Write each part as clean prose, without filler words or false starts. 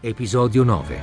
Episodio 9.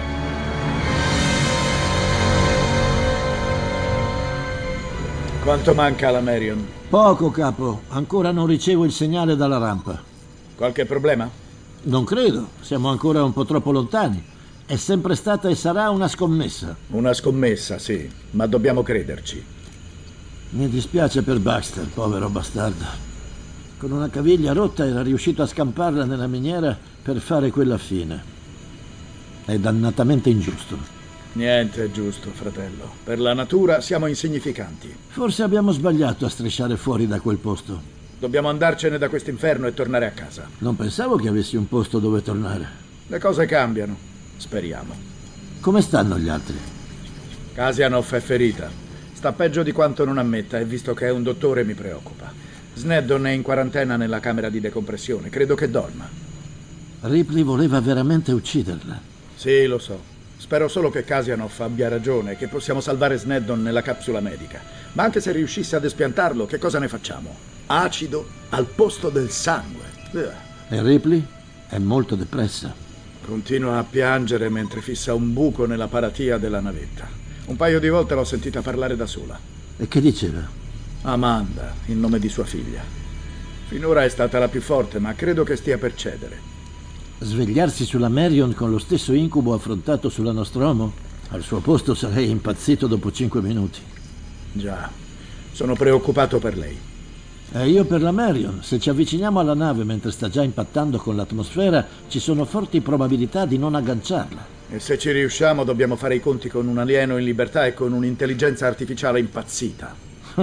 Quanto manca alla Marion? Poco, capo. Ancora non ricevo il segnale dalla rampa. Qualche problema? Non credo. Siamo ancora un po' troppo lontani. È sempre stata e sarà una scommessa. Una scommessa, sì, ma dobbiamo crederci. Mi dispiace per Baxter, povero bastardo. Con una caviglia rotta era riuscito a scamparla nella miniera per fare quella fine. È dannatamente ingiusto. Niente è giusto, fratello. Per la natura siamo insignificanti. Forse abbiamo sbagliato a strisciare fuori da quel posto. Dobbiamo andarcene da quest'inferno e tornare a casa. Non pensavo che avessi un posto dove tornare. Le cose cambiano. Speriamo. Come stanno gli altri? Kasianov è ferita. Sta peggio di quanto non ammetta e visto che è un dottore mi preoccupa. Sneddon è in quarantena nella camera di decompressione. Credo che dorma. Ripley voleva veramente ucciderla. Sì, lo so. Spero solo che Kasianov abbia ragione e che possiamo salvare Sneddon nella capsula medica. Ma anche se riuscisse ad espiantarlo, che cosa ne facciamo? Acido al posto del sangue. E Ripley? È molto depressa. Continua a piangere mentre fissa un buco nella paratia della navetta. Un paio di volte l'ho sentita parlare da sola. E che diceva? Amanda, il nome di sua figlia. Finora è stata la più forte, ma credo che stia per cedere. Svegliarsi sulla Marion con lo stesso incubo affrontato sulla Nostromo? Al suo posto sarei impazzito dopo 5 minuti. Già, sono preoccupato per lei. E io per la Marion. Se ci avviciniamo alla nave mentre sta già impattando con l'atmosfera, ci sono forti probabilità di non agganciarla. E se ci riusciamo dobbiamo fare i conti con un alieno in libertà e con un'intelligenza artificiale impazzita.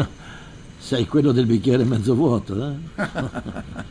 Sei quello del bicchiere mezzo vuoto, eh?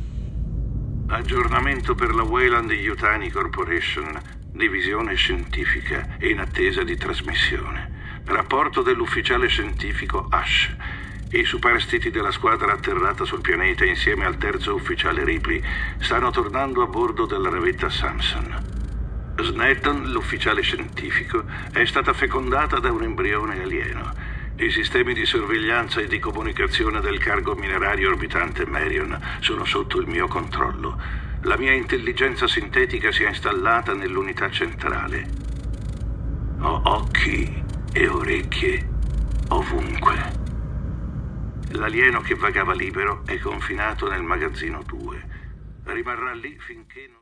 Aggiornamento per la Weyland-Yutani Corporation, divisione scientifica, in attesa di trasmissione. Rapporto dell'ufficiale scientifico Ash. I superstiti della squadra atterrata sul pianeta insieme al terzo ufficiale Ripley stanno tornando a bordo della navetta Samson. Sneddon, l'ufficiale scientifico, è stata fecondata da un embrione alieno. I sistemi di sorveglianza e di comunicazione del cargo minerario orbitante Marion sono sotto il mio controllo. La mia intelligenza sintetica si è installata nell'unità centrale. Ho occhi e orecchie ovunque. L'alieno che vagava libero è confinato nel magazzino 2. Rimarrà lì finché non...